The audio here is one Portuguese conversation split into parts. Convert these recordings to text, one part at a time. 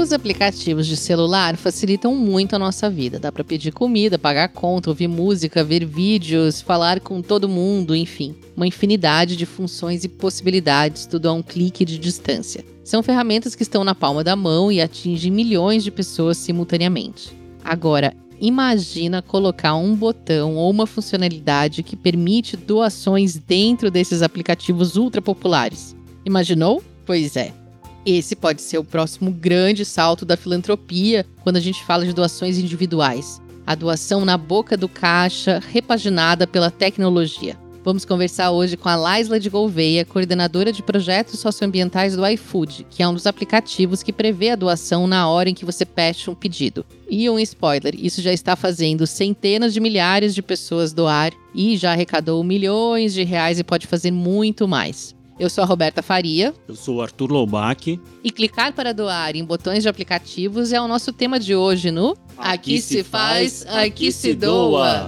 Os aplicativos de celular facilitam muito a nossa vida. Dá para pedir comida, pagar conta, ouvir música, ver vídeos, falar com todo mundo, enfim. Uma infinidade de funções e possibilidades, tudo a um clique de distância. São ferramentas que estão na palma da mão e atingem milhões de pessoas simultaneamente. Agora, imagina colocar um botão ou uma funcionalidade que permite doações dentro desses aplicativos ultra populares. Imaginou? Pois é. Esse pode ser o próximo grande salto da filantropia quando a gente fala de doações individuais. A doação na boca do caixa, repaginada pela tecnologia. Vamos conversar hoje com a Laisla de Gouveia, coordenadora de projetos socioambientais do iFood, que é um dos aplicativos que prevê a doação na hora em que você fecha um pedido. E um spoiler, isso já está fazendo centenas de milhares de pessoas doar e já arrecadou milhões de reais e pode fazer muito mais. Eu sou a Roberta Faria. Eu sou o Arthur Loubach. E clicar para doar em botões de aplicativos é o nosso tema de hoje no Aqui se faz, aqui se doa.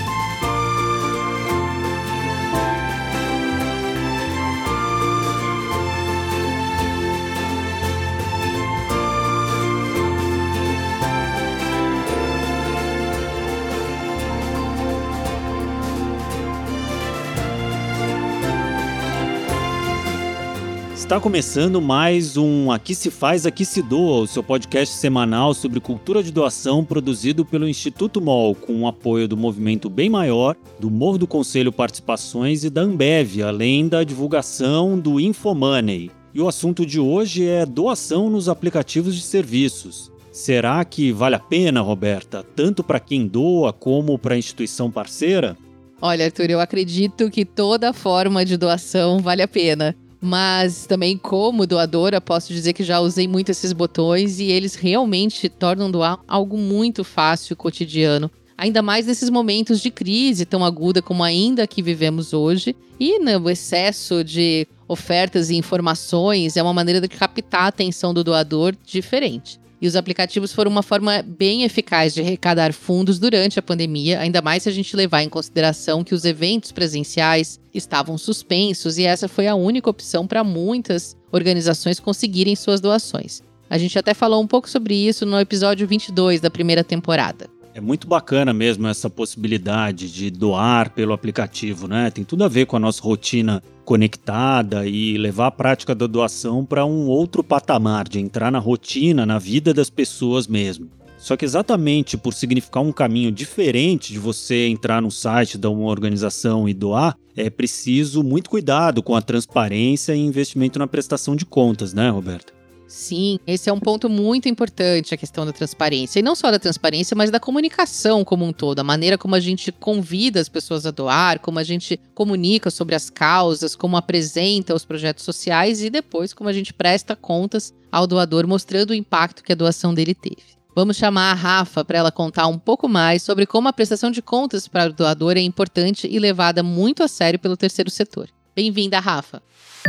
Está começando mais um Aqui se faz, aqui se doa, o seu podcast semanal sobre cultura de doação produzido pelo Instituto MOL, com o apoio do Movimento Bem Maior, do Morro do Conselho Participações e da Ambev, além da divulgação do Infomoney. E o assunto de hoje é doação nos aplicativos de serviços. Será que vale a pena, Roberta, tanto para quem doa como para a instituição parceira? Olha, Arthur, eu acredito que toda forma de doação vale a pena. Mas também, como doadora, posso dizer que já usei muito esses botões e eles realmente tornam doar algo muito fácil, cotidiano. Ainda mais nesses momentos de crise tão aguda como ainda que vivemos hoje. E no excesso de ofertas e informações é uma maneira de captar a atenção do doador diferente. E os aplicativos foram uma forma bem eficaz de arrecadar fundos durante a pandemia, ainda mais se a gente levar em consideração que os eventos presenciais estavam suspensos e essa foi a única opção para muitas organizações conseguirem suas doações. A gente até falou um pouco sobre isso no episódio 22 da primeira temporada. É muito bacana mesmo essa possibilidade de doar pelo aplicativo, né? Tem tudo a ver com a nossa rotina conectada e levar a prática da doação para um outro patamar, de entrar na rotina, na vida das pessoas mesmo. Só que exatamente por significar um caminho diferente de você entrar no site de uma organização e doar, é preciso muito cuidado com a transparência e investimento na prestação de contas, né, Roberta? Sim, esse é um ponto muito importante, a questão da transparência. E não só da transparência, mas da comunicação como um todo. A maneira como a gente convida as pessoas a doar, como a gente comunica sobre as causas, como apresenta os projetos sociais e depois como a gente presta contas ao doador, mostrando o impacto que a doação dele teve. Vamos chamar a Rafa para ela contar um pouco mais sobre como a prestação de contas para o doador é importante e levada muito a sério pelo terceiro setor. Bem-vinda, Rafa!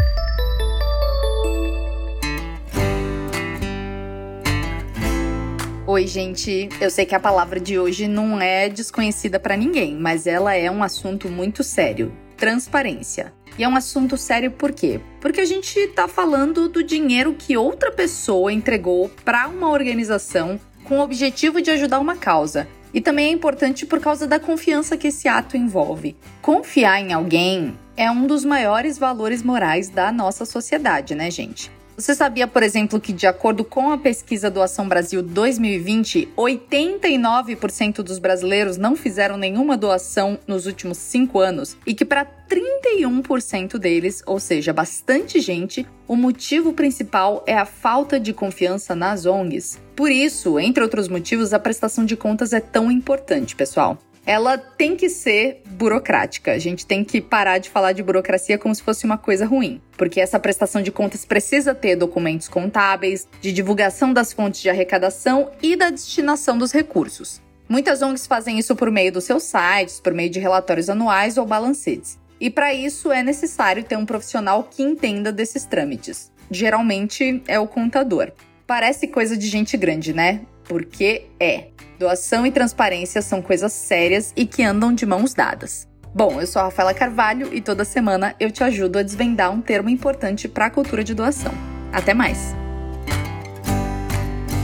Oi, gente. Eu sei que a palavra de hoje não é desconhecida para ninguém, mas ela é um assunto muito sério. Transparência. E é um assunto sério por quê? Porque a gente tá falando do dinheiro que outra pessoa entregou para uma organização com o objetivo de ajudar uma causa. E também é importante por causa da confiança que esse ato envolve. Confiar em alguém é um dos maiores valores morais da nossa sociedade, né, gente? Você sabia, por exemplo, que de acordo com a pesquisa Doação Brasil 2020, 89% dos brasileiros não fizeram nenhuma doação nos últimos 5 anos e que para 31% deles, ou seja, bastante gente, o motivo principal é a falta de confiança nas ONGs. Por isso, entre outros motivos, a prestação de contas é tão importante, pessoal. Ela tem que ser burocrática. A gente tem que parar de falar de burocracia como se fosse uma coisa ruim. Porque essa prestação de contas precisa ter documentos contábeis, de divulgação das fontes de arrecadação e da destinação dos recursos. Muitas ONGs fazem isso por meio dos seus sites, por meio de relatórios anuais ou balancetes. E para isso é necessário ter um profissional que entenda desses trâmites. Geralmente é o contador. Parece coisa de gente grande, né? Porque é. Doação e transparência são coisas sérias e que andam de mãos dadas. Bom, eu sou a Rafaela Carvalho e toda semana eu te ajudo a desvendar um termo importante para a cultura de doação. Até mais!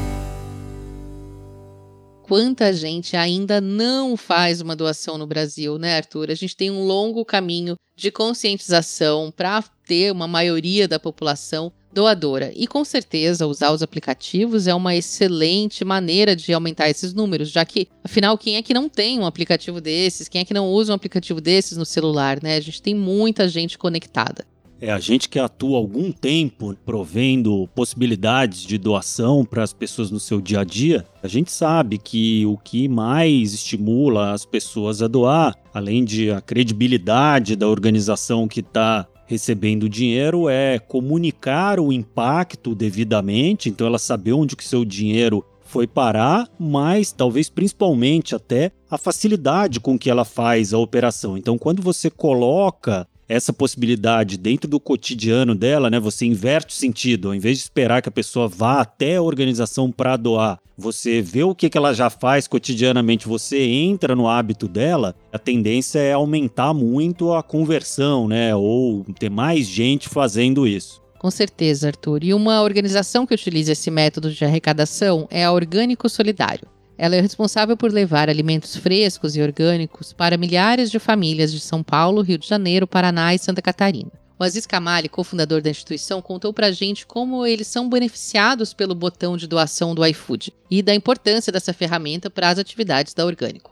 quanta gente ainda não faz uma doação no Brasil, né, Arthur? A gente tem um longo caminho de conscientização para ter uma maioria da população doadora. E com certeza usar os aplicativos é uma excelente maneira de aumentar esses números, já que, afinal, quem é que não tem um aplicativo desses? Quem é que não usa um aplicativo desses no celular, né? A gente tem muita gente conectada. A gente que atua há algum tempo provendo possibilidades de doação para as pessoas no seu dia a dia, a gente sabe que o que mais estimula as pessoas a doar, além de a credibilidade da organização que está recebendo o dinheiro, é comunicar o impacto devidamente, então ela saber onde que seu dinheiro foi parar, mas talvez principalmente até a facilidade com que ela faz a operação. Então quando você coloca essa possibilidade dentro do cotidiano dela, né, você inverte o sentido. Ao invés de esperar que a pessoa vá até a organização para doar, você vê o que ela já faz cotidianamente, você entra no hábito dela, a tendência é aumentar muito a conversão, né, ou ter mais gente fazendo isso. Com certeza, Arthur. E uma organização que utiliza esse método de arrecadação é a Orgânico Solidário. Ela é responsável por levar alimentos frescos e orgânicos para milhares de famílias de São Paulo, Rio de Janeiro, Paraná e Santa Catarina. O Aziz Kamali, cofundador da instituição, contou pra gente como eles são beneficiados pelo botão de doação do iFood e da importância dessa ferramenta para as atividades da Orgânico.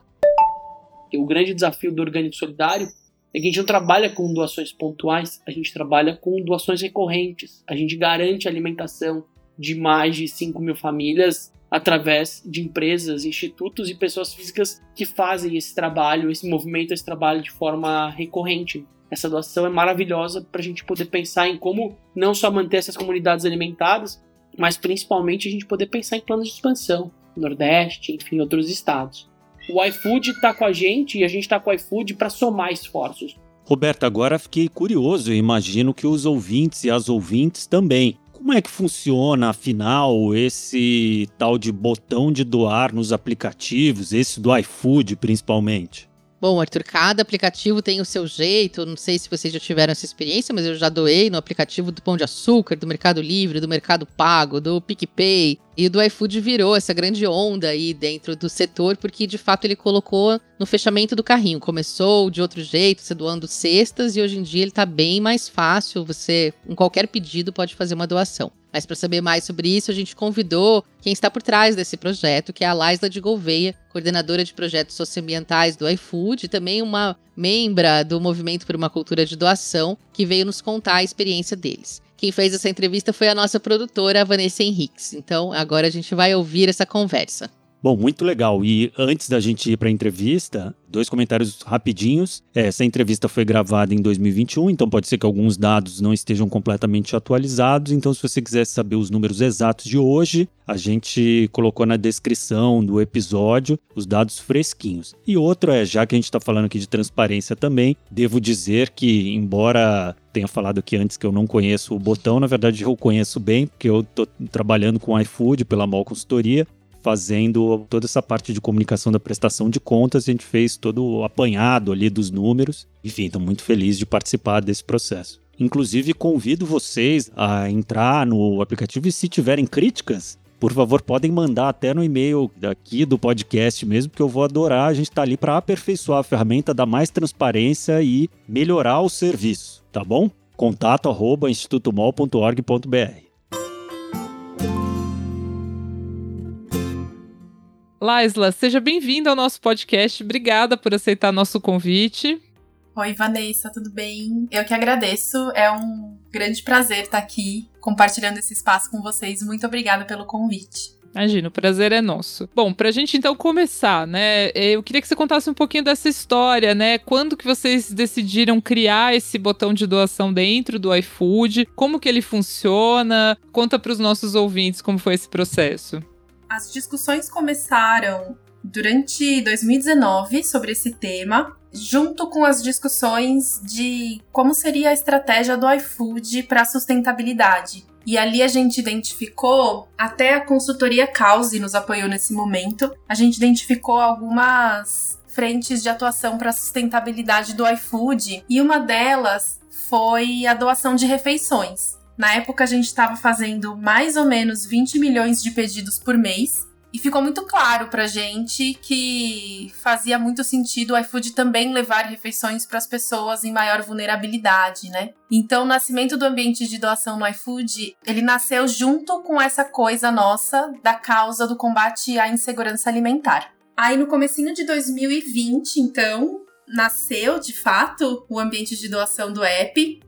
O grande desafio do Orgânico Solidário é que a gente não trabalha com doações pontuais, a gente trabalha com doações recorrentes. A gente garante a alimentação de mais de 5 mil famílias através de empresas, institutos e pessoas físicas que fazem esse trabalho, esse movimento, esse trabalho de forma recorrente. Essa doação é maravilhosa para a gente poder pensar em como não só manter essas comunidades alimentadas, mas principalmente a gente poder pensar em planos de expansão, Nordeste, enfim, outros estados. O iFood está com a gente e a gente está com o iFood para somar esforços. Roberta, agora fiquei curioso e imagino que os ouvintes e as ouvintes também. Como é que funciona, afinal, esse tal de botão de doar nos aplicativos, esse do iFood principalmente? Bom, Arthur, cada aplicativo tem o seu jeito. Não sei se vocês já tiveram essa experiência, mas eu já doei no aplicativo do Pão de Açúcar, do Mercado Livre, do Mercado Pago, do PicPay. E o do iFood virou essa grande onda aí dentro do setor, porque de fato ele colocou no fechamento do carrinho. Começou de outro jeito, você doando cestas, e hoje em dia ele tá bem mais fácil. Você, em qualquer pedido, pode fazer uma doação. Mas para saber mais sobre isso, a gente convidou quem está por trás desse projeto, que é a Laisla de Gouveia, coordenadora de projetos socioambientais do iFood, e também uma membra do Movimento por uma Cultura de Doação, que veio nos contar a experiência deles. Quem fez essa entrevista foi a nossa produtora, a Vanessa Henriques. Então, agora a gente vai ouvir essa conversa. Bom, muito legal. E antes da gente ir para a entrevista, 2 comentários rapidinhos. Essa entrevista foi gravada em 2021, então pode ser que alguns dados não estejam completamente atualizados. Então, se você quiser saber os números exatos de hoje, a gente colocou na descrição do episódio os dados fresquinhos. E outro já que a gente está falando aqui de transparência também, devo dizer que, embora tenha falado aqui antes que eu não conheço o botão, na verdade eu conheço bem, porque eu estou trabalhando com o iFood pela MOL Consultoria, fazendo toda essa parte de comunicação da prestação de contas. A gente fez todo o apanhado ali dos números. Enfim, estou muito feliz de participar desse processo. Inclusive, convido vocês a entrar no aplicativo e, se tiverem críticas, por favor, podem mandar até no e-mail daqui do podcast mesmo, que eu vou adorar. A gente está ali para aperfeiçoar a ferramenta, dar mais transparência e melhorar o serviço, tá bom? contato@institutomol.org.br. Laisla, seja bem-vinda ao nosso podcast. Obrigada por aceitar nosso convite. Oi, Vanessa, tudo bem? Eu que agradeço. É um grande prazer estar aqui compartilhando esse espaço com vocês. Muito obrigada pelo convite. Imagina, o prazer é nosso. Bom, pra gente então começar, né? Eu queria que você contasse um pouquinho dessa história, né? Quando que vocês decidiram criar esse botão de doação dentro do iFood? Como que ele funciona? Conta pros nossos ouvintes como foi esse processo. As discussões começaram durante 2019 sobre esse tema, junto com as discussões de como seria a estratégia do iFood para a sustentabilidade. E ali a gente identificou, até a consultoria Cause nos apoiou nesse momento, a gente identificou algumas frentes de atuação para a sustentabilidade do iFood, e uma delas foi a doação de refeições. Na época, a gente estava fazendo mais ou menos 20 milhões de pedidos por mês E ficou muito claro pra gente que fazia muito sentido o iFood também levar refeições para as pessoas em maior vulnerabilidade, né? Então, o nascimento do ambiente de doação no iFood, ele nasceu junto com essa coisa nossa da causa do combate à insegurança alimentar. Aí, no comecinho de 2020, então, nasceu, de fato, o ambiente de doação do app.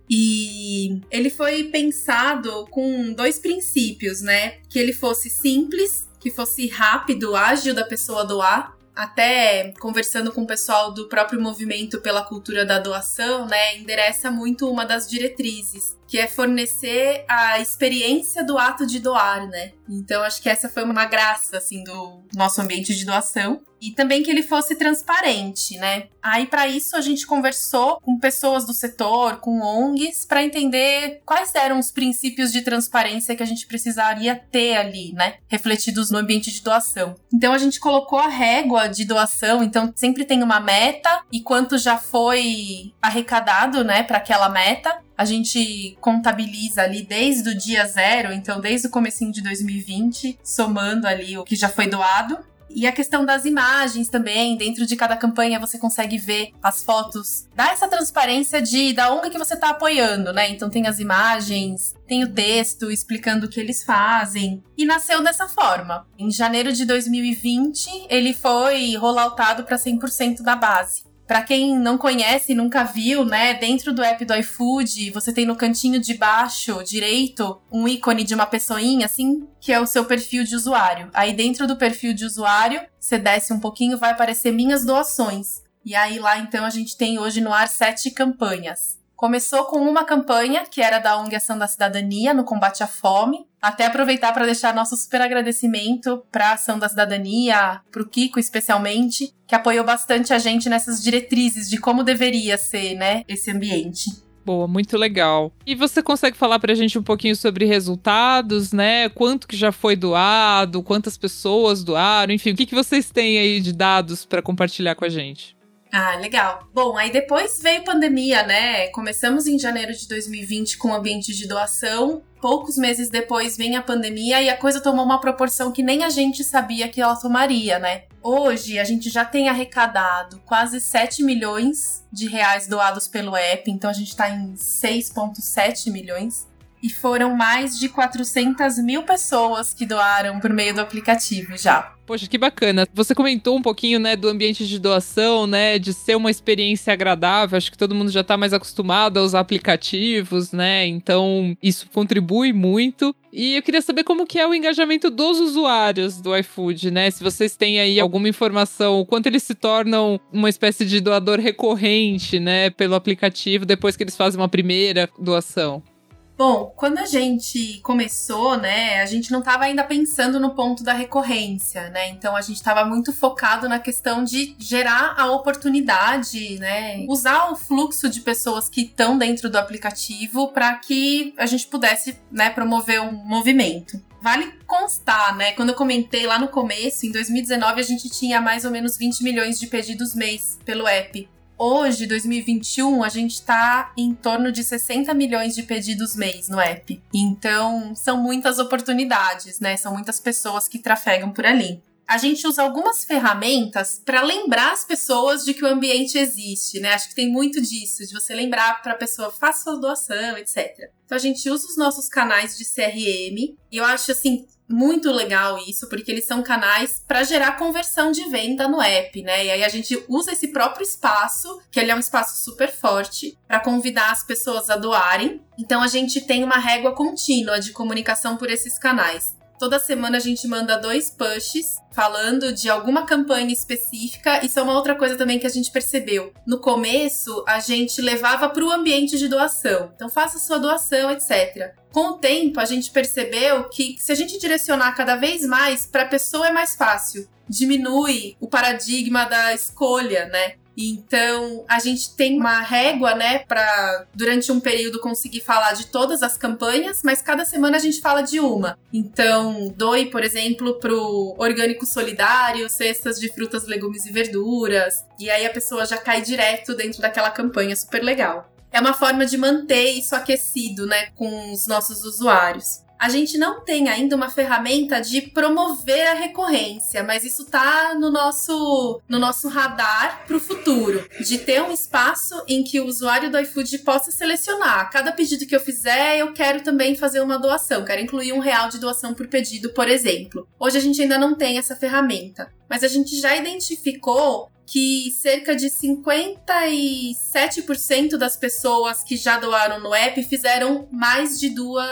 E ele foi pensado com 2 princípios, né? Que ele fosse simples, que fosse rápido, ágil da pessoa doar. Até conversando com o pessoal do próprio movimento pela cultura da doação, né, endereça muito uma das diretrizes, que é fornecer a experiência do ato de doar, né? Então, acho que essa foi uma graça, assim, do nosso ambiente de doação. E também que ele fosse transparente, né? Aí, para isso, a gente conversou com pessoas do setor, com ONGs, para entender quais eram os princípios de transparência que a gente precisaria ter ali, né? Refletidos no ambiente de doação. Então, a gente colocou a régua de doação, então sempre tem uma meta e quanto já foi arrecadado, né, para aquela meta. A gente contabiliza ali desde o dia 0, então desde o comecinho de 2020, somando ali o que já foi doado. E a questão das imagens também, dentro de cada campanha você consegue ver as fotos, dá essa transparência da ONG que você está apoiando, né? Então tem as imagens, tem o texto explicando o que eles fazem. E nasceu dessa forma. Em janeiro de 2020, ele foi rolloutado para 100% da base. Para quem não conhece e nunca viu, né, dentro do app do iFood, você tem no cantinho de baixo direito um ícone de uma pessoinha, assim, que é o seu perfil de usuário. Aí dentro do perfil de usuário, você desce um pouquinho, vai aparecer minhas doações. E aí lá, então, a gente tem hoje no ar 7 campanhas. Começou com uma campanha, que era da ONG Ação da Cidadania, no combate à fome. Até aproveitar para deixar nosso super agradecimento para a Ação da Cidadania, para o Kiko especialmente, que apoiou bastante a gente nessas diretrizes de como deveria ser, né, esse ambiente. Boa, muito legal. E você consegue falar pra gente um pouquinho sobre resultados, né? Quanto que já foi doado, quantas pessoas doaram, enfim, o que vocês têm aí de dados para compartilhar com a gente? Ah, legal. Bom, aí depois veio pandemia, né? Começamos em janeiro de 2020 com o ambiente de doação. Poucos meses depois vem a pandemia e a coisa tomou uma proporção que nem a gente sabia que ela tomaria, né? Hoje a gente já tem arrecadado quase 7 milhões de reais doados pelo app, então a gente tá em 6,7 milhões. E foram mais de 400 mil pessoas que doaram por meio do aplicativo já. Poxa, que bacana. Você comentou um pouquinho, né, do ambiente de doação, né, de ser uma experiência agradável. Acho que todo mundo já tá mais acostumado a usar aplicativos, né, então isso contribui muito. E eu queria saber como que é o engajamento dos usuários do iFood, né, se vocês têm aí alguma informação, o quanto eles se tornam uma espécie de doador recorrente, né, pelo aplicativo depois que eles fazem uma primeira doação. Bom, quando a gente começou, né, a gente não estava ainda pensando no ponto da recorrência, né? Então a gente estava muito focado na questão de gerar a oportunidade, né? Usar o fluxo de pessoas que estão dentro do aplicativo para que a gente pudesse, né, promover um movimento. Vale constar, né? Quando eu comentei lá no começo, em 2019 a gente tinha mais ou menos 20 milhões de pedidos mês pelo app. Hoje, 2021, a gente está em torno de 60 milhões de pedidos mês no app. Então, são muitas oportunidades, né? São muitas pessoas que trafegam por ali. A gente usa algumas ferramentas para lembrar as pessoas de que o ambiente existe, né? Acho que tem muito disso, de você lembrar para a pessoa, faça sua doação, etc. Então, a gente usa os nossos canais de CRM e eu acho, assim, muito legal isso, porque eles são canais para gerar conversão de venda no app, né? E aí a gente usa esse próprio espaço, que ele é um espaço super forte, para convidar as pessoas a doarem. Então a gente tem uma régua contínua de comunicação por esses canais. Toda semana a gente manda 2 pushes falando de alguma campanha específica. Isso é uma outra coisa também que a gente percebeu. No começo, a gente levava para o ambiente de doação. Então, faça sua doação, etc. Com o tempo, a gente percebeu que se a gente direcionar cada vez mais, para a pessoa é mais fácil. Diminui o paradigma da escolha, né? Então, a gente tem uma régua, né, para durante um período conseguir falar de todas as campanhas, mas cada semana a gente fala de uma. Então, doe, por exemplo, pro Orgânico Solidário, cestas de frutas, legumes e verduras. E aí a pessoa já cai direto dentro daquela campanha, super legal. É uma forma de manter isso aquecido, né, com os nossos usuários. A gente não tem ainda uma ferramenta de promover a recorrência, mas isso tá no nosso radar para o futuro, de ter um espaço em que o usuário do iFood possa selecionar. Cada pedido que eu fizer, eu quero também fazer uma doação, quero incluir R$1 de doação por pedido, por exemplo. Hoje a gente ainda não tem essa ferramenta, mas a gente já identificou que cerca de 57% das pessoas que já doaram no app fizeram mais de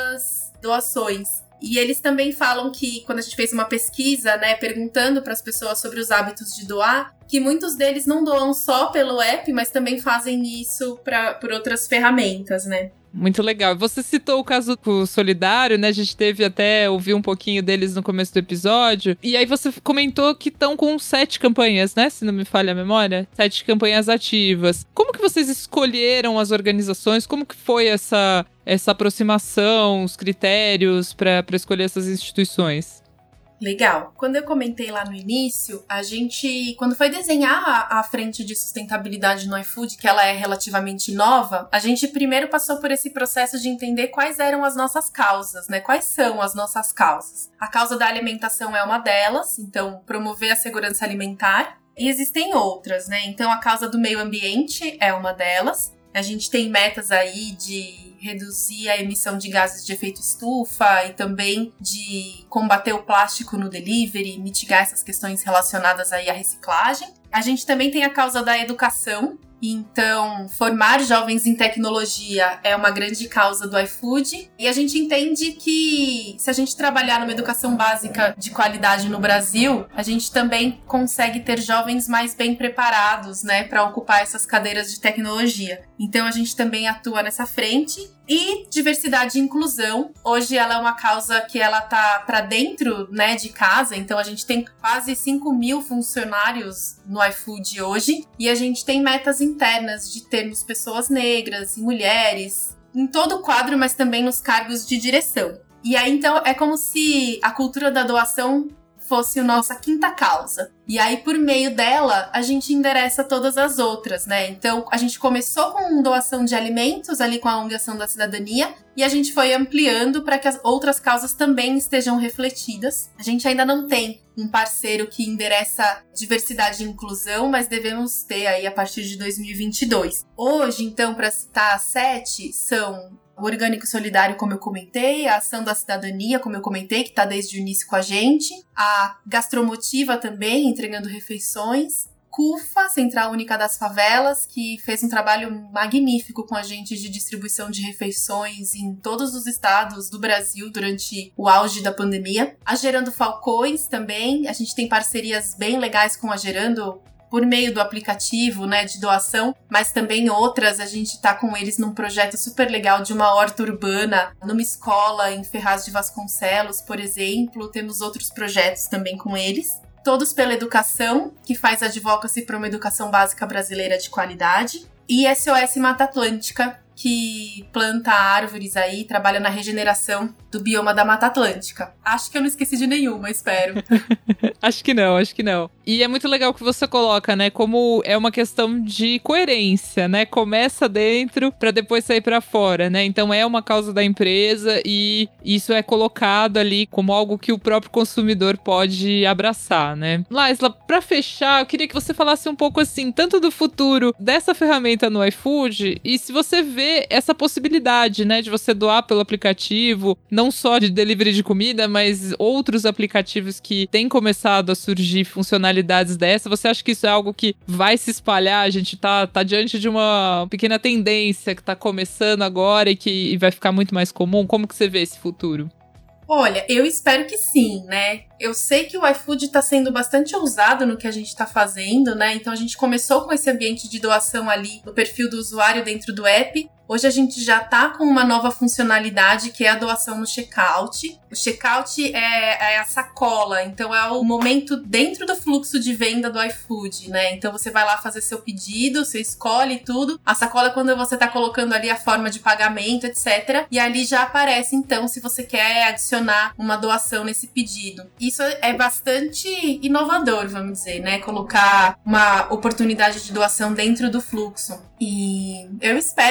2 doações. E eles também falam que, quando a gente fez uma pesquisa, né, perguntando para as pessoas sobre os hábitos de doar, que muitos deles não doam só pelo app, mas também fazem isso por outras ferramentas, né? Muito legal. Você citou o caso do Solidário, né? A gente teve até ouvir um pouquinho deles no começo do episódio. E aí você comentou que estão com 7 campanhas, né? Se não me falha a memória. 7 campanhas ativas. Como que vocês escolheram as organizações? Como que foi essa aproximação, os critérios para escolher essas instituições? Legal. Quando eu comentei lá no início, a gente, quando foi desenhar a frente de sustentabilidade no iFood, que ela é relativamente nova, a gente primeiro passou por esse processo de entender quais eram as nossas causas, né? Quais são as nossas causas? A causa da alimentação é uma delas, então promover a segurança alimentar. E existem outras, né? Então a causa do meio ambiente é uma delas. A gente tem metas aí de reduzir a emissão de gases de efeito estufa e também de combater o plástico no delivery, mitigar essas questões relacionadas aí à reciclagem. A gente também tem a causa da educação. Então, formar jovens em tecnologia é uma grande causa do iFood. E a gente entende que se a gente trabalhar numa educação básica de qualidade no Brasil, a gente também consegue ter jovens mais bem preparados, né, para ocupar essas cadeiras de tecnologia. Então, a gente também atua nessa frente. E diversidade e inclusão, hoje ela é uma causa que ela tá para dentro, né, de casa, então a gente tem quase 5.000 funcionários no iFood hoje, e a gente tem metas internas de termos pessoas negras e mulheres em todo o quadro, mas também nos cargos de direção. E aí, então, é como se a cultura da doação fosse a nossa quinta causa. E aí, por meio dela, a gente endereça todas as outras, né? Então, a gente começou com doação de alimentos, ali com a ONG Ação da Cidadania, e a gente foi ampliando para que as outras causas também estejam refletidas. A gente ainda não tem um parceiro que endereça diversidade e inclusão, mas devemos ter aí a partir de 2022. Hoje, então, para citar as 7, são o Orgânico Solidário, como eu comentei, a Ação da Cidadania, como eu comentei, que está desde o início com a gente, a Gastromotiva também, entregando refeições, CUFA, Central Única das Favelas, que fez um trabalho magnífico com a gente de distribuição de refeições em todos os estados do Brasil durante o auge da pandemia. A Gerando Falcões também, a gente tem parcerias bem legais com a Gerando, por meio do aplicativo, né, de doação, mas também outras, a gente tá com eles num projeto super legal de uma horta urbana, numa escola em Ferraz de Vasconcelos, por exemplo. Temos outros projetos também com eles. Todos pela Educação, que faz advocacy para uma educação básica brasileira de qualidade. E SOS Mata Atlântica, que planta árvores aí, trabalha na regeneração do bioma da Mata Atlântica. Acho que eu não esqueci de nenhuma, espero. Acho que não. E é muito legal que você coloca, né, como é uma questão de coerência, né? Começa dentro pra depois sair pra fora, né? Então é uma causa da empresa e isso é colocado ali como algo que o próprio consumidor pode abraçar, né? Laisla, pra fechar, eu queria que você falasse um pouco assim, tanto do futuro dessa ferramenta no iFood e se você vê essa possibilidade, né, de você doar pelo aplicativo, não só de delivery de comida, mas outros aplicativos que têm começado a surgir funcionalidades dessa. Você acha que isso é algo que vai se espalhar? A gente tá diante de uma pequena tendência que tá começando agora e vai ficar muito mais comum? Como que você vê esse futuro? Olha, eu espero que sim, né? Eu sei que o iFood está sendo bastante ousado no que a gente está fazendo, né? Então a gente começou com esse ambiente de doação ali no perfil do usuário dentro do app. Hoje a gente já tá com uma nova funcionalidade que é a doação no checkout. O checkout é a sacola, então é o momento dentro do fluxo de venda do iFood, né? Então você vai lá fazer seu pedido, você escolhe tudo. A sacola é quando você tá colocando ali a forma de pagamento, etc. E ali já aparece, então, se você quer adicionar uma doação nesse pedido. Isso é bastante inovador, vamos dizer, né? Colocar uma oportunidade de doação dentro do fluxo. E eu espero que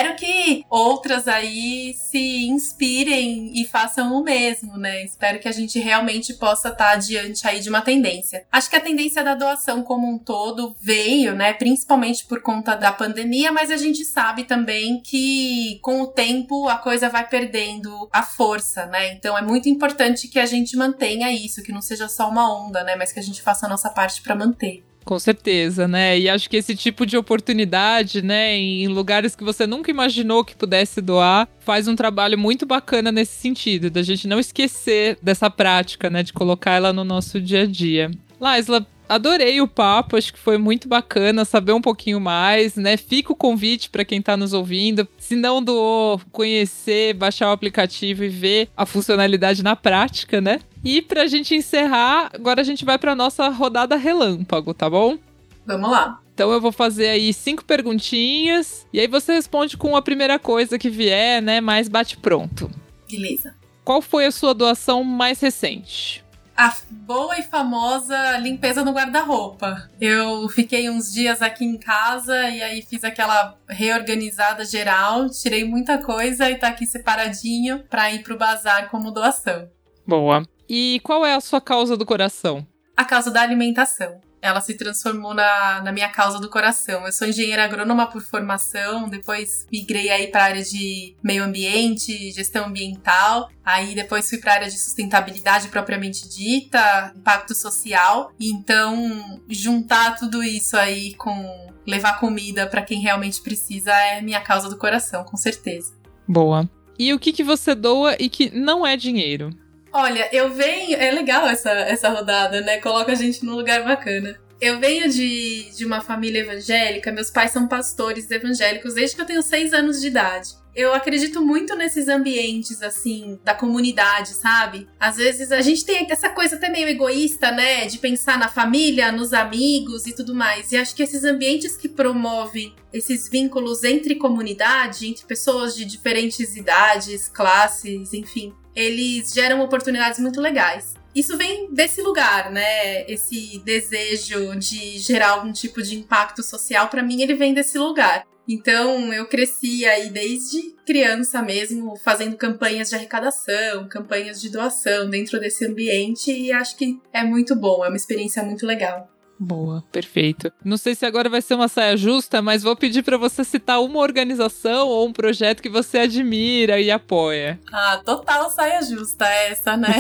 que outras aí se inspirem e façam o mesmo, né? Espero que a gente realmente possa estar diante aí de uma tendência. Acho que a tendência da doação como um todo veio, né? Principalmente por conta da pandemia, mas a gente sabe também que com o tempo a coisa vai perdendo a força, né? Então é muito importante que a gente mantenha isso, que não seja só uma onda, né? Mas que a gente faça a nossa parte para manter. Com certeza, né? E acho que esse tipo de oportunidade, né, em lugares que você nunca imaginou que pudesse doar, faz um trabalho muito bacana nesse sentido, da gente não esquecer dessa prática, né, de colocar ela no nosso dia a dia. Laisla, adorei o papo, acho que foi muito bacana saber um pouquinho mais, né? Fica o convite para quem tá nos ouvindo. Se não doou, conhecer, baixar o aplicativo e ver a funcionalidade na prática, né? E pra gente encerrar, agora a gente vai pra nossa rodada relâmpago, tá bom? Vamos lá. Então eu vou fazer aí 5 perguntinhas e aí você responde com a primeira coisa que vier, né? Mais bate pronto. Beleza. Qual foi a sua doação mais recente? A boa e famosa limpeza no guarda-roupa. Eu fiquei uns dias aqui em casa e aí fiz aquela reorganizada geral, tirei muita coisa e tá aqui separadinho pra ir pro bazar como doação. Boa. E qual é a sua causa do coração? A causa da alimentação. Ela se transformou na minha causa do coração. Eu sou engenheira agrônoma por formação, depois migrei aí para a área de meio ambiente, gestão ambiental, aí depois fui para a área de sustentabilidade propriamente dita, impacto social. Então, juntar tudo isso aí com levar comida para quem realmente precisa é minha causa do coração, com certeza. Uma. E o que você doa e que não é dinheiro? Olha, eu venho... É legal essa rodada, né? Coloca a gente num lugar bacana. Eu venho de uma família evangélica, meus pais são pastores evangélicos desde que eu tenho 6 anos de idade. Eu acredito muito nesses ambientes, assim, da comunidade, sabe? Às vezes a gente tem essa coisa até meio egoísta, né? De pensar na família, nos amigos e tudo mais. E acho que esses ambientes que promovem esses vínculos entre comunidade, entre pessoas de diferentes idades, classes, enfim, eles geram oportunidades muito legais. Isso vem desse lugar, né? Esse desejo de gerar algum tipo de impacto social, pra mim, ele vem desse lugar. Então, eu cresci aí desde criança mesmo, fazendo campanhas de arrecadação, campanhas de doação dentro desse ambiente e acho que é muito bom, é uma experiência muito legal. Boa, perfeito. Não sei se agora vai ser uma saia justa, mas vou pedir para você citar uma organização ou um projeto que você admira e apoia. Ah, total saia justa essa, né?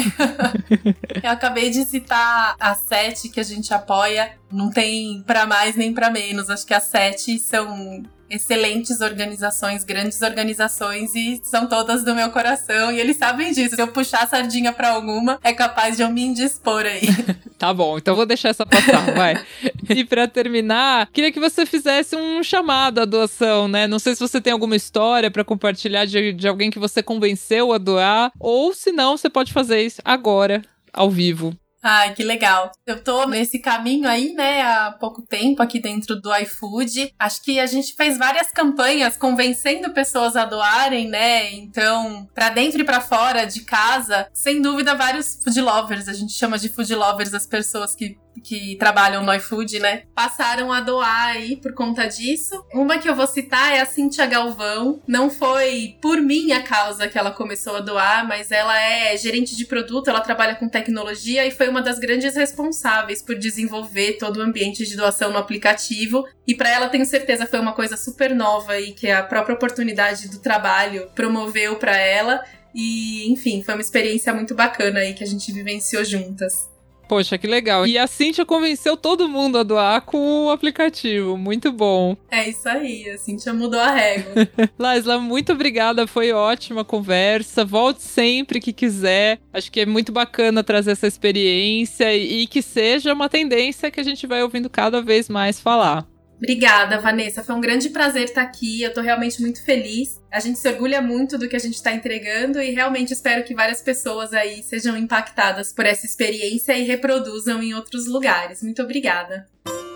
Eu acabei de citar a 7 que a gente apoia, não tem para mais nem para menos. Acho que as 7 são excelentes organizações, grandes organizações e são todas do meu coração e eles sabem disso. Se eu puxar a sardinha pra alguma, é capaz de eu me indispor aí. Tá bom, então vou deixar essa passar, vai. E pra terminar, queria que você fizesse um chamado à doação, né? Não sei se você tem alguma história pra compartilhar de alguém que você convenceu a doar, ou se não, você pode fazer isso agora, ao vivo. Ai, que legal. Eu tô nesse caminho aí, né, há pouco tempo aqui dentro do iFood. Acho que a gente fez várias campanhas convencendo pessoas a doarem, né? Então, pra dentro e pra fora de casa, sem dúvida, vários food lovers. A gente chama de food lovers as pessoas que trabalham no iFood, né? Passaram a doar aí por conta disso. Uma que eu vou citar é a Cíntia Galvão. Não foi por minha causa que ela começou a doar, mas ela é gerente de produto, ela trabalha com tecnologia e foi uma das grandes responsáveis por desenvolver todo o ambiente de doação no aplicativo. E para ela, tenho certeza, foi uma coisa super nova e que a própria oportunidade do trabalho promoveu para ela. E, enfim, foi uma experiência muito bacana aí que a gente vivenciou juntas. Poxa, que legal. E a Cíntia convenceu todo mundo a doar com o aplicativo. Muito bom. É isso aí, a Cíntia mudou a régua. Laisla, muito obrigada. Foi ótima a conversa. Volte sempre que quiser. Acho que é muito bacana trazer essa experiência e que seja uma tendência que a gente vai ouvindo cada vez mais falar. Obrigada, Vanessa. Foi um grande prazer estar aqui. Eu tô realmente muito feliz. A gente se orgulha muito do que a gente tá entregando e realmente espero que várias pessoas aí sejam impactadas por essa experiência e reproduzam em outros lugares. Muito obrigada.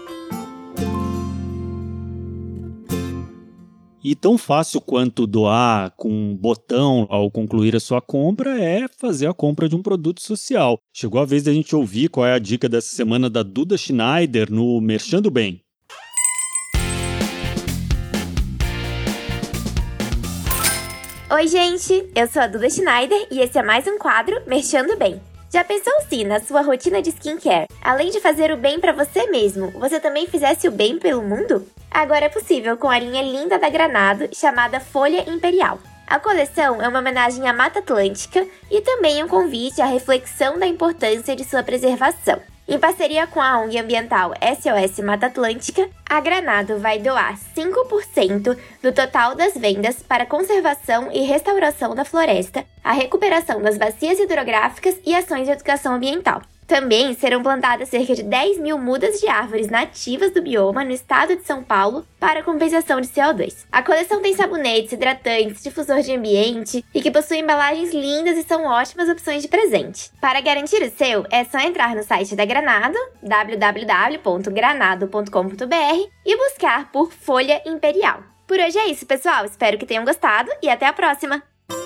E tão fácil quanto doar com um botão ao concluir a sua compra é fazer a compra de um produto social. Chegou a vez da gente ouvir qual é a dica dessa semana da Duda Schneider no Merchan do Bem. Oi, gente! Eu sou a Duda Schneider e esse é mais um quadro Merchando Bem. Já pensou se, na sua rotina de skincare, além de fazer o bem pra você mesmo, você também fizesse o bem pelo mundo? Agora é possível com a linha linda da Granado, chamada Folha Imperial. A coleção é uma homenagem à Mata Atlântica e também um convite à reflexão da importância de sua preservação. Em parceria com a ONG ambiental SOS Mata Atlântica, a Granado vai doar 5% do total das vendas para a conservação e restauração da floresta, a recuperação das bacias hidrográficas e ações de educação ambiental. Também serão plantadas cerca de 10 mil mudas de árvores nativas do bioma no estado de São Paulo para compensação de CO2. A coleção tem sabonetes, hidratantes, difusor de ambiente e que possui embalagens lindas e são ótimas opções de presente. Para garantir o seu, é só entrar no site da Granado, www.granado.com.br e buscar por Folha Imperial. Por hoje é isso, pessoal. Espero que tenham gostado e até a próxima!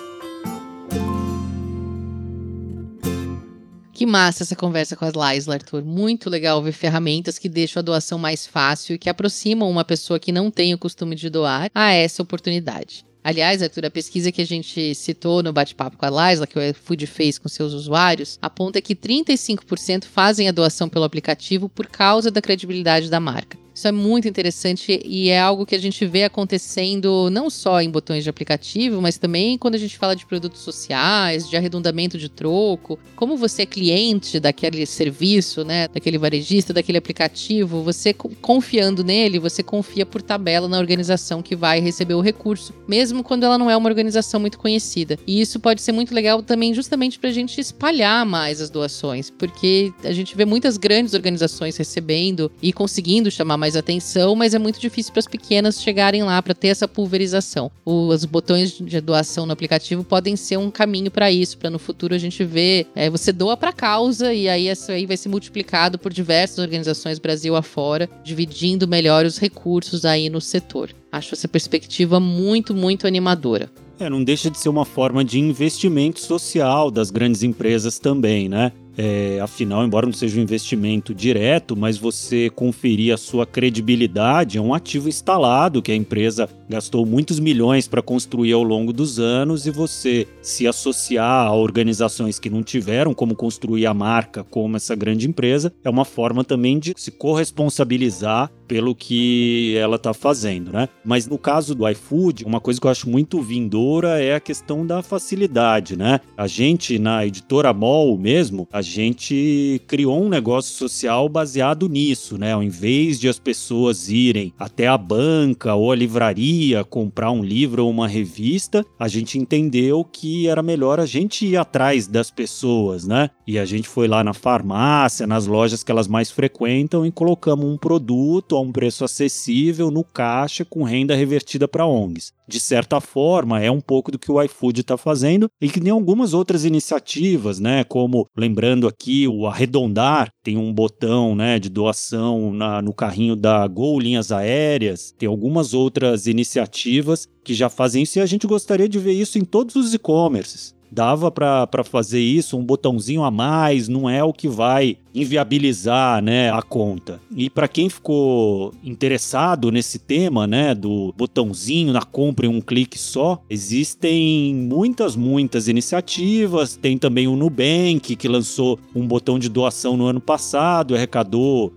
Que massa essa conversa com a Laisla, Arthur. Muito legal ver ferramentas que deixam a doação mais fácil e que aproximam uma pessoa que não tem o costume de doar a essa oportunidade. Aliás, Arthur, a pesquisa que a gente citou no bate-papo com a Laisla, que o iFood fez com seus usuários, aponta que 35% fazem a doação pelo aplicativo por causa da credibilidade da marca. Isso é muito interessante e é algo que a gente vê acontecendo não só em botões de aplicativo, mas também quando a gente fala de produtos sociais, de arredondamento de troco. Como você é cliente daquele serviço, né, daquele varejista, daquele aplicativo, você confiando nele, você confia por tabela na organização que vai receber o recurso, mesmo quando ela não é uma organização muito conhecida. E isso pode ser muito legal também justamente para a gente espalhar mais as doações, porque a gente vê muitas grandes organizações recebendo e conseguindo chamar mais atenção, mas é muito difícil para as pequenas chegarem lá para ter essa pulverização. Os botões de doação no aplicativo podem ser um caminho para isso, para no futuro a gente ver, você doa para causa e aí isso aí vai ser multiplicado por diversas organizações Brasil afora, dividindo melhor os recursos aí no setor. Acho essa perspectiva muito, muito animadora. Não deixa de ser uma forma de investimento social das grandes empresas também, né? Afinal, embora não seja um investimento direto, mas você conferir a sua credibilidade é um ativo instalado que a empresa gastou muitos milhões para construir ao longo dos anos, e você se associar a organizações que não tiveram como construir a marca como essa grande empresa é uma forma também de se corresponsabilizar pelo que ela está fazendo, né? Mas no caso do iFood, uma coisa que eu acho muito vindoura é a questão da facilidade, né? A gente, na editora MOL mesmo, a gente criou um negócio social baseado nisso, né? Ao invés de as pessoas irem até a banca ou a livraria comprar um livro ou uma revista, a gente entendeu que era melhor a gente ir atrás das pessoas, né? E a gente foi lá na farmácia, nas lojas que elas mais frequentam e colocamos um produto a um preço acessível no caixa com renda revertida para ONGs. De certa forma, é um pouco do que o iFood está fazendo e que nem algumas outras iniciativas, né? Como, lembrando aqui, o Arredondar tem um botão, né, de doação no carrinho da Gol Linhas Aéreas. Tem algumas outras iniciativas que já fazem isso e a gente gostaria de ver isso em todos os e-commerces. Dava para fazer isso, um botãozinho a mais, não é o que vai inviabilizar, né, a conta. E para quem ficou interessado nesse tema, né, do botãozinho na compra em um clique só, existem muitas iniciativas. Tem também o Nubank, que lançou um botão de doação no ano passado, arrecadou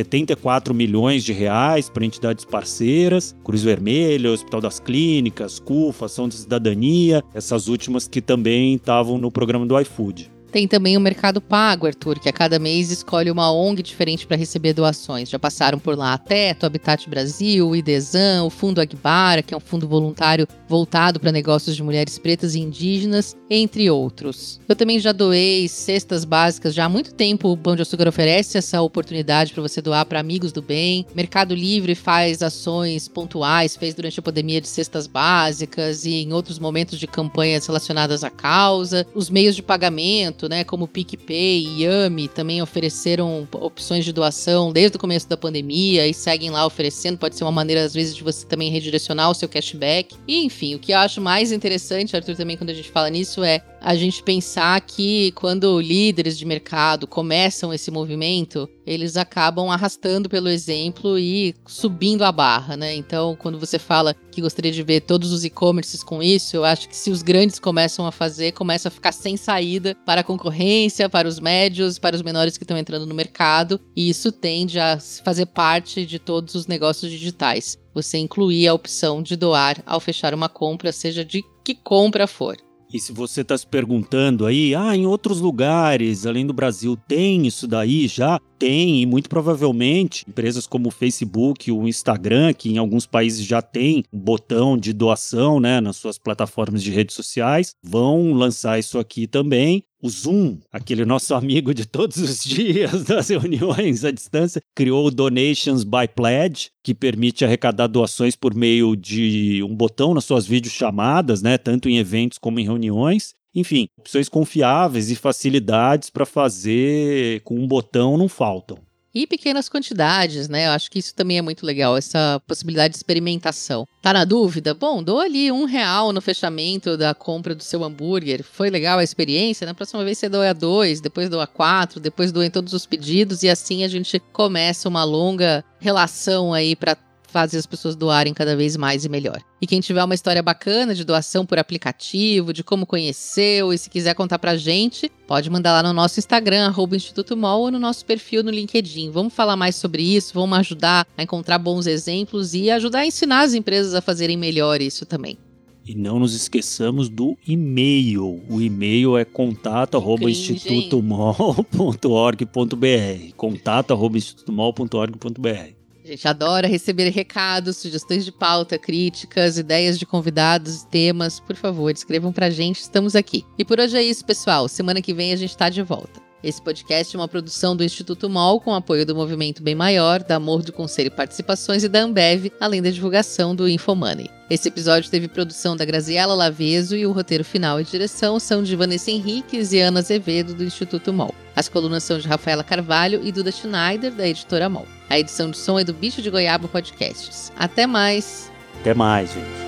74 milhões de reais para entidades parceiras, Cruz Vermelha, Hospital das Clínicas, CUFA, Ação da Cidadania, essas últimas que também estavam no programa do iFood. Tem também o Mercado Pago, Arthur, que a cada mês escolhe uma ONG diferente para receber doações. Já passaram por lá a Teto, Habitat Brasil, o IDESAN, o Fundo Agbara, que é um fundo voluntário voltado para negócios de mulheres pretas e indígenas, entre outros. Eu também já doei cestas básicas. Já há muito tempo o Pão de Açúcar oferece essa oportunidade para você doar para amigos do bem. Mercado Livre faz ações pontuais, fez durante a pandemia de cestas básicas e em outros momentos de campanhas relacionadas à causa. Os meios de pagamento, né, como o PicPay e Yami, também ofereceram opções de doação desde o começo da pandemia e seguem lá oferecendo. Pode ser uma maneira, às vezes, de você também redirecionar o seu cashback. E, enfim, o que eu acho mais interessante, Arthur, também quando a gente fala nisso a gente pensar que quando líderes de mercado começam esse movimento, eles acabam arrastando pelo exemplo e subindo a barra, né? Então, quando você fala que gostaria de ver todos os e-commerces com isso, eu acho que se os grandes começam a fazer, começa a ficar sem saída para a concorrência, para os médios, para os menores que estão entrando no mercado, e isso tende a fazer parte de todos os negócios digitais. Você incluir a opção de doar ao fechar uma compra, seja de que compra for. E se você está se perguntando aí, em outros lugares, além do Brasil, tem isso daí já? Tem, e muito provavelmente empresas como o Facebook, o Instagram, que em alguns países já tem um botão de doação, né, nas suas plataformas de redes sociais, vão lançar isso aqui também. O Zoom, aquele nosso amigo de todos os dias das reuniões à distância, criou o Donations by Pledge, que permite arrecadar doações por meio de um botão nas suas videochamadas, né, tanto em eventos como em reuniões. Enfim, opções confiáveis e facilidades para fazer com um botão não faltam. E pequenas quantidades, né? Eu acho que isso também é muito legal, essa possibilidade de experimentação. Tá na dúvida? Bom, doa ali R$1 no fechamento da compra do seu hambúrguer. Foi legal a experiência? Na próxima vez você doa 2, depois doa 4, depois doa em todos os pedidos e assim a gente começa uma longa relação aí para fazer as pessoas doarem cada vez mais e melhor. E quem tiver uma história bacana de doação por aplicativo, de como conheceu, e se quiser contar pra gente, pode mandar lá no nosso Instagram, @InstitutoMOL, ou no nosso perfil no LinkedIn. Vamos falar mais sobre isso, vamos ajudar a encontrar bons exemplos e ajudar a ensinar as empresas a fazerem melhor isso também. E não nos esqueçamos do e-mail. O e-mail é contato@institutomol.org.br. contato@institutomol.org.br. A gente adora receber recados, sugestões de pauta, críticas, ideias de convidados, temas. Por favor, escrevam pra gente, estamos aqui. E por hoje é isso, pessoal. Semana que vem a gente tá de volta. Esse podcast é uma produção do Instituto MOL com apoio do Movimento Bem Maior, da Amor do Conselho Participações e da Ambev, além da divulgação do Infomoney. Esse episódio teve produção da Graziela Laveso e o roteiro final e direção são de Vanessa Henriques e Ana Azevedo, do Instituto MOL. As colunas são de Rafaela Carvalho e Duda Schneider, da Editora MOL. A edição de som é do Bicho de Goiaba Podcasts. Até mais! Até mais, gente!